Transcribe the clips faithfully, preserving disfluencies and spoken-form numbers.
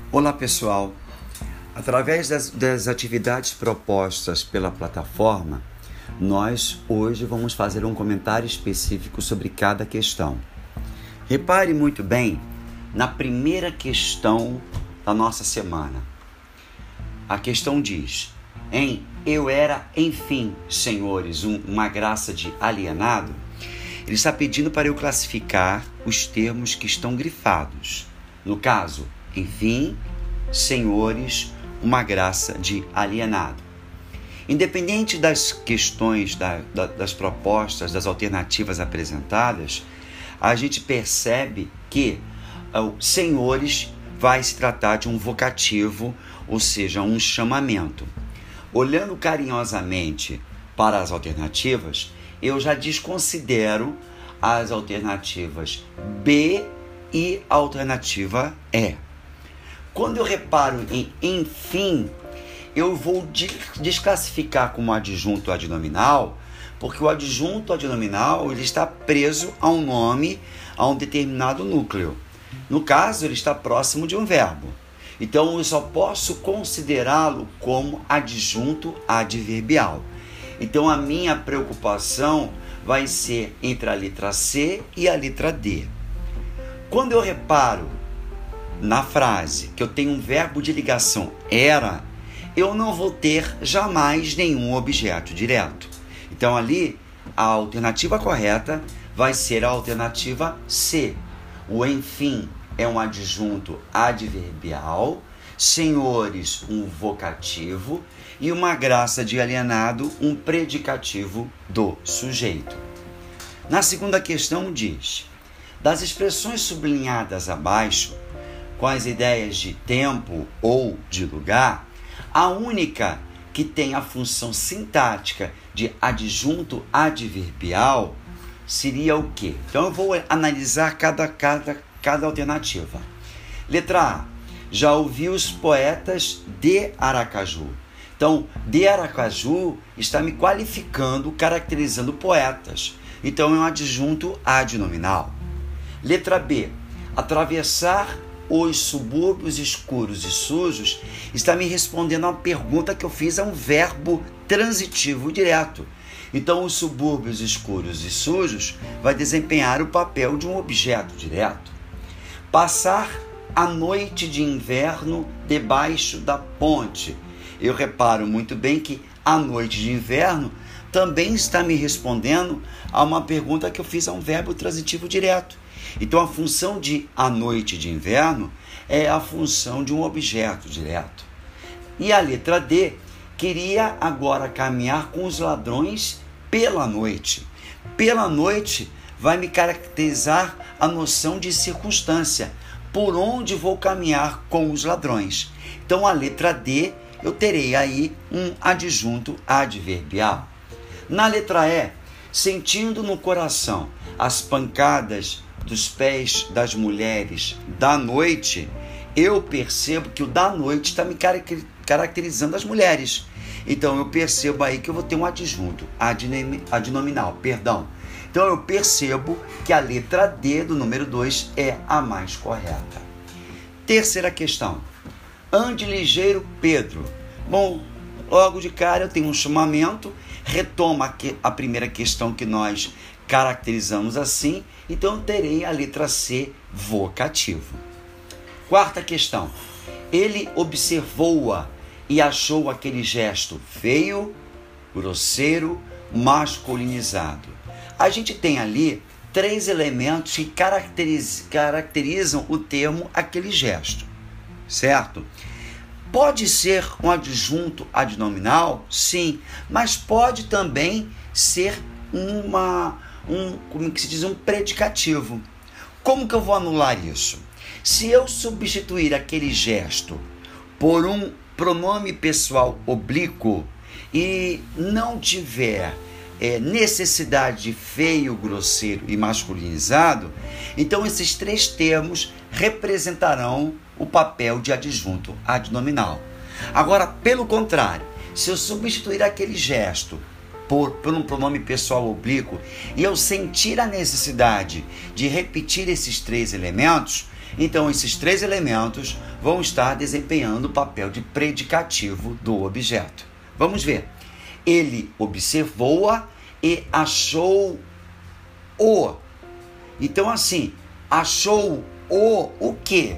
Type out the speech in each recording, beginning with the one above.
Olá pessoal, através das, das atividades propostas pela plataforma, nós hoje vamos fazer um comentário específico sobre cada questão. Repare muito bem na primeira questão da nossa semana. A questão diz, em eu era, enfim, senhores, um, uma graça de alienado. Ele está pedindo para eu classificar os termos que estão grifados. No caso, enfim, senhores, uma graça de alienado. Independente das questões, da, da, das propostas, das alternativas apresentadas, a gente percebe que o senhores vai se tratar de um vocativo, ou seja, um chamamento. Olhando carinhosamente para as alternativas, eu já desconsidero as alternativas B e a alternativa E. Quando eu reparo em enfim, eu vou desclassificar como adjunto adnominal, porque o adjunto adnominal ele está preso a um nome, a um determinado núcleo. No caso, ele está próximo de um verbo. Então, eu só posso considerá-lo como adjunto adverbial. Então, a minha preocupação vai ser entre a letra C e a letra D. Quando eu reparo na frase que eu tenho um verbo de ligação era, eu não vou ter jamais nenhum objeto direto. Então, ali, a alternativa correta vai ser a alternativa C. O enfim é um adjunto adverbial, senhores, um vocativo, e uma graça de alienado, um predicativo do sujeito. Na segunda questão diz, das expressões sublinhadas abaixo, com as ideias de tempo ou de lugar, a única que tem a função sintática de adjunto adverbial seria o quê? Então eu vou analisar cada, cada, cada alternativa. Letra A, já ouvi os poetas de Aracaju. Então, de Aracaju está me qualificando, caracterizando poetas. Então, é um adjunto adnominal. Letra B, atravessar os subúrbios escuros e sujos está me respondendo a uma pergunta que eu fiz a um verbo transitivo direto. Então, os subúrbios escuros e sujos vai desempenhar o papel de um objeto direto. Passar a noite de inverno debaixo da ponte. Eu reparo muito bem que a noite de inverno também está me respondendo a uma pergunta que eu fiz a um verbo transitivo direto. Então, a função de a noite de inverno é a função de um objeto direto. E a letra D, queria agora caminhar com os ladrões pela noite. Pela noite vai me caracterizar a noção de circunstância, por onde vou caminhar com os ladrões. Então, a letra D, eu terei aí um adjunto adverbial. Na letra E, sentindo no coração as pancadas dos pés das mulheres da noite, eu percebo que o da noite está me caracterizando as mulheres. Então, eu percebo aí que eu vou ter um adjunto adnominal, perdão. Então, eu percebo que a letra D do número dois é a mais correta. Terceira questão. Ande ligeiro, Pedro. Bom, logo de cara eu tenho um chamamento, retoma a primeira questão que nós caracterizamos assim, então eu terei a letra C, vocativo. Quarta questão. Ele observou-a e achou aquele gesto feio, grosseiro, masculinizado. A gente tem ali três elementos que caracteriz, caracterizam o termo aquele gesto, certo? Pode ser um adjunto adnominal, sim, mas pode também ser uma, um, como que se diz, um predicativo. Como que eu vou anular isso? Se eu substituir aquele gesto por um pronome pessoal oblíquo e não tiver É, necessidade de feio, grosseiro e masculinizado, então esses três termos representarão o papel de adjunto adnominal. Agora, pelo contrário, se eu substituir aquele gesto por, por um pronome pessoal oblíquo e eu sentir a necessidade de repetir esses três elementos, Então, esses três elementos vão estar desempenhando o papel de predicativo do objeto. Vamos ver. Ele observou-a e achou o. Então, assim, achou o o quê?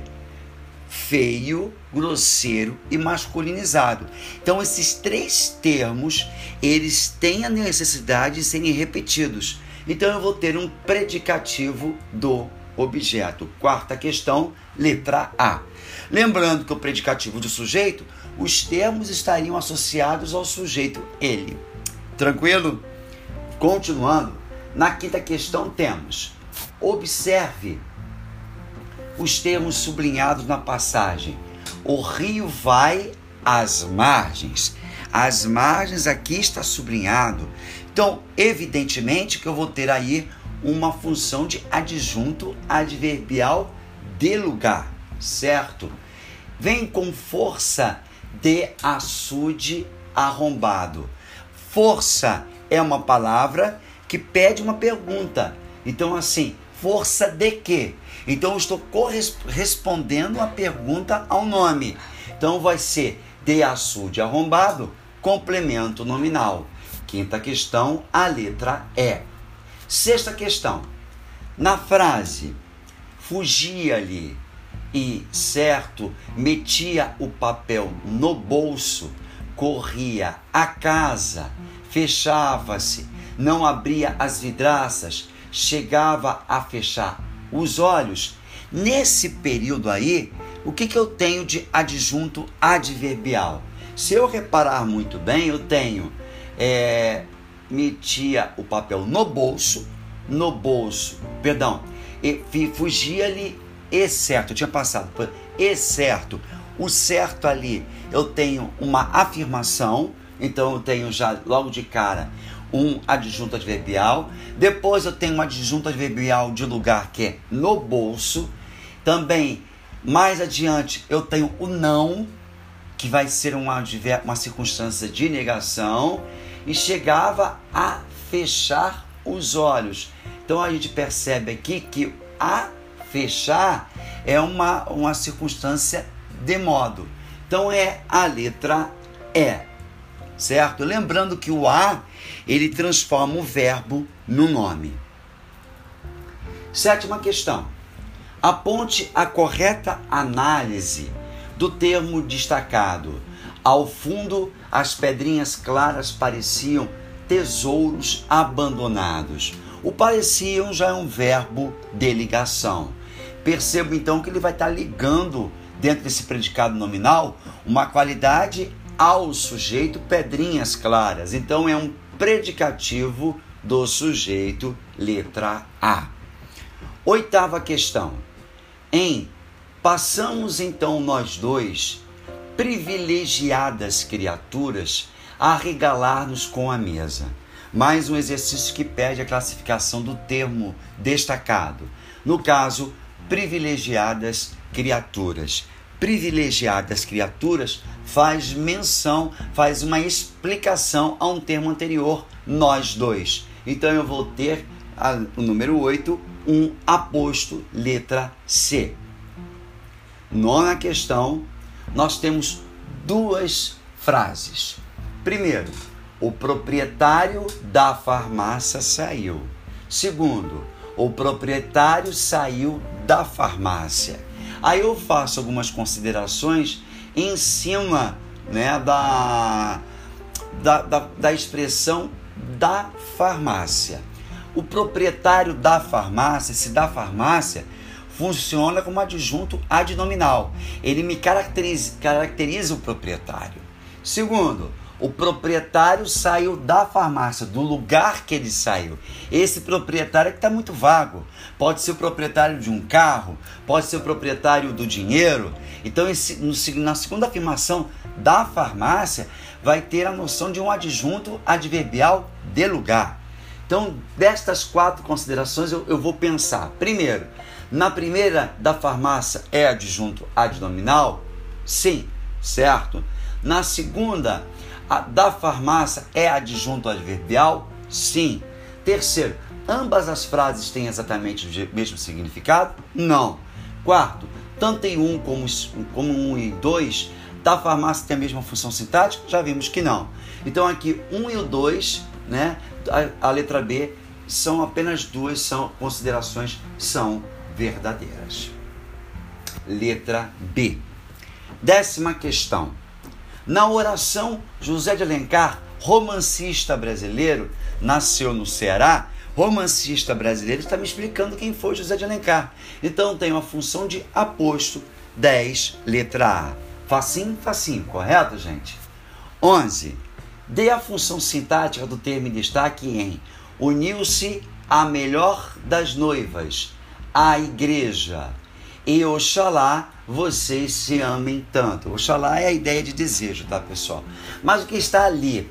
Feio, grosseiro e masculinizado. Então, esses três termos, eles têm a necessidade de serem repetidos. Então, eu vou ter um predicativo do objeto. Quarta questão, letra A. Lembrando que o predicativo do sujeito, os termos estariam associados ao sujeito ele. Tranquilo? Continuando, na quinta questão temos: observe os termos sublinhados na passagem. O rio vai às margens. As margens aqui está sublinhado. Então, evidentemente que eu vou ter aí uma função de adjunto adverbial de lugar, certo? Vem com força de açude arrombado. Força é uma palavra que pede uma pergunta. Então, assim, força de quê? Então, eu estou correspondendo a pergunta ao nome. Então, vai ser de açude arrombado, complemento nominal. Quinta questão, a letra E. Sexta questão. Na frase, fugia-lhe e, certo, metia o papel no bolso, corria a casa, fechava-se, não abria as vidraças, chegava a fechar os olhos. Nesse período aí, o que, que eu tenho de adjunto adverbial? Se eu reparar muito bem, eu tenho é, metia o papel no bolso, no bolso, perdão, e fugia-lhe e certo, eu tinha passado por e certo. O certo ali, eu tenho uma afirmação, então eu tenho já logo de cara um adjunto adverbial. Depois eu tenho um adjunto adverbial de lugar que é no bolso. Também, mais adiante, eu tenho o não, que vai ser uma, uma circunstância de negação. E chegava a fechar os olhos. Então a gente percebe aqui que a fechar é uma, uma circunstância de modo. Então é a letra E, certo? Lembrando que o a, ele transforma o verbo no nome. Sétima questão. Aponte a correta análise do termo destacado. Ao fundo, as pedrinhas claras pareciam tesouros abandonados. O pareciam já é um verbo de ligação. Percebo então que ele vai estar ligando, dentro desse predicado nominal, uma qualidade ao sujeito pedrinhas claras. Então é um predicativo do sujeito, letra A. Oitava questão. Em passamos então nós dois, privilegiadas criaturas, a regalar-nos com a mesa. Mais um exercício que pede a classificação do termo destacado. No caso, privilegiadas criaturas. Privilegiadas criaturas faz menção, faz uma explicação a um termo anterior, nós dois. Então eu vou ter a, o número oito, um aposto, letra C. Nona questão, nós temos duas frases. Primeiro, o proprietário da farmácia saiu. Segundo, o proprietário saiu da farmácia. Aí eu faço algumas considerações em cima, né, da, da, da, da expressão da farmácia. O proprietário da farmácia, se da farmácia, funciona como adjunto adnominal. Ele me caracteriza, caracteriza o proprietário. Segundo, o proprietário saiu da farmácia, do lugar que ele saiu. Esse proprietário é que está muito vago. Pode ser o proprietário de um carro, pode ser o proprietário do dinheiro. Então, esse, no, na segunda afirmação da farmácia, vai ter a noção de um adjunto adverbial de lugar. Então, destas quatro considerações, eu, eu vou pensar. Primeiro, na primeira, da farmácia, é adjunto adnominal? Sim, certo? Na segunda, a da farmácia é adjunto adverbial? Sim. Terceiro, ambas as frases têm exatamente o mesmo significado? Não. Quarto, tanto em um como, como um e dois, da farmácia tem a mesma função sintática? Já vimos que não. Então aqui um e o dois, né, a, a letra B, são apenas duas são, considerações são verdadeiras. Letra B. Décima questão. Na oração, José de Alencar, romancista brasileiro, nasceu no Ceará. Romancista brasileiro está me explicando quem foi José de Alencar. Então tem uma função de aposto. Dez, letra A. Facinho, facinho, correto, gente? onze. Dê a função sintática do termo em destaque em: uniu-se a melhor das noivas, a igreja, e oxalá vocês se amem tanto. Oxalá é a ideia de desejo, tá, pessoal? Mas o que está ali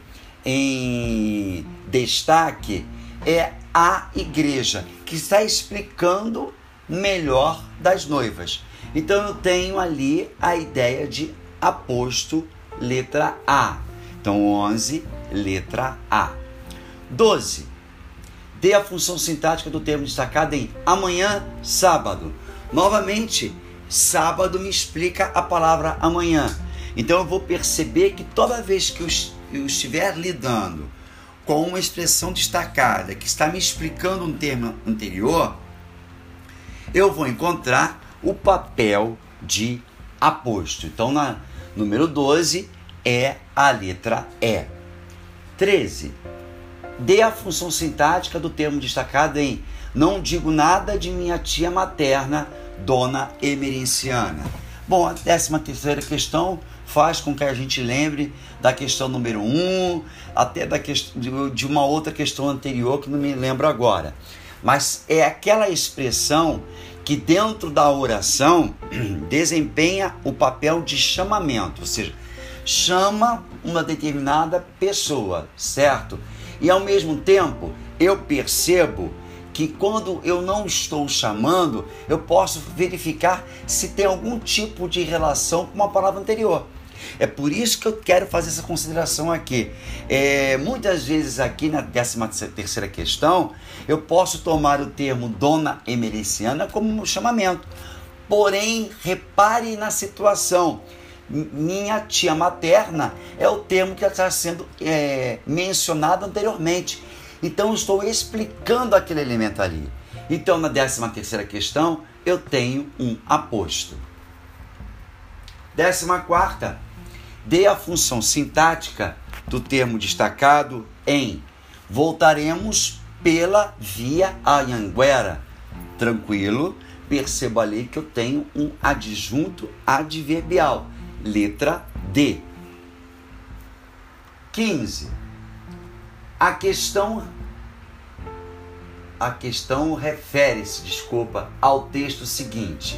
em destaque é a igreja, que está explicando melhor das noivas. Então eu tenho ali a ideia de aposto, letra A. Então onze, letra A. doze. Dê a função sintática do termo destacado em amanhã, sábado. Novamente, sábado me explica a palavra amanhã. Então eu vou perceber que toda vez que eu estiver lidando com uma expressão destacada que está me explicando um termo anterior, eu vou encontrar o papel de aposto. Então, na número doze é a letra E. treze. Dê a função sintática do termo destacado em não digo nada de minha tia materna, Dona Emerenciana. Bom, a décima terceira questão faz com que a gente lembre da questão número um, até da questão, de uma outra questão anterior que não me lembro agora. Mas é aquela expressão que dentro da oração desempenha o papel de chamamento, ou seja, chama uma determinada pessoa, certo? E ao mesmo tempo eu percebo que quando eu não estou chamando, eu posso verificar se tem algum tipo de relação com uma palavra anterior. É por isso que eu quero fazer essa consideração aqui. É, muitas vezes aqui na décima terceira questão, eu posso tomar o termo Dona Emerenciana como um chamamento. Porém, repare na situação. Minha tia materna é o termo que está sendo é, mencionado anteriormente. Então, eu estou explicando aquele elemento ali. Então, na décima terceira questão, eu tenho um aposto. Décima quarta. Dê a função sintática do termo destacado em voltaremos pela via Anhanguera. Tranquilo, perceba ali que eu tenho um adjunto adverbial. Letra D. quinze. A questão, a questão refere-se, desculpa, ao texto seguinte.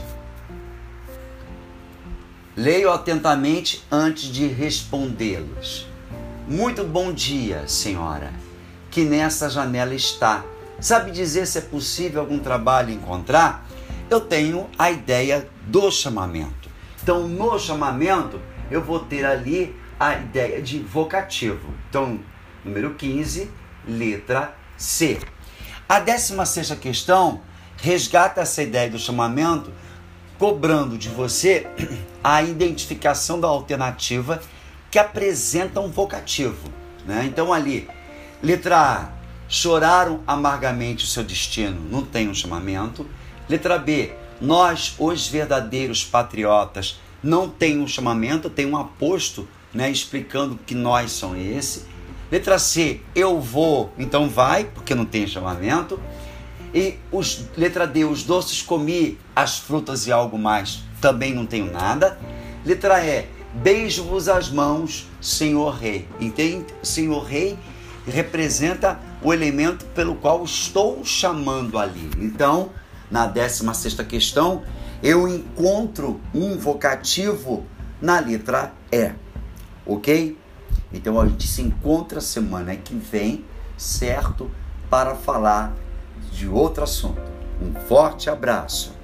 Leio atentamente antes de respondê-los. Muito bom dia, senhora, que nessa janela está. Sabe dizer se é possível algum trabalho encontrar? Eu tenho a ideia do chamamento. Então, no chamamento, eu vou ter ali a ideia de vocativo. Então, número quinze, letra C. A décima sexta questão resgata essa ideia do chamamento, cobrando de você a identificação da alternativa que apresenta um vocativo, né? Então ali, letra A, choraram amargamente o seu destino, não tem um chamamento. Letra B, nós, os verdadeiros patriotas, não tem um chamamento, tem um aposto, né, explicando que nós são esse. Letra C, eu vou, então vai, porque não tem chamamento. E os, letra D, os doces comi, as frutas e algo mais, também não tenho nada. Letra E, beijo-vos as mãos, senhor rei. Entende? Senhor rei representa o elemento pelo qual estou chamando ali. Então, na décima sexta questão, eu encontro um vocativo na letra E. Ok? Então, a gente se encontra semana que vem, certo? Para falar de outro assunto. Um forte abraço.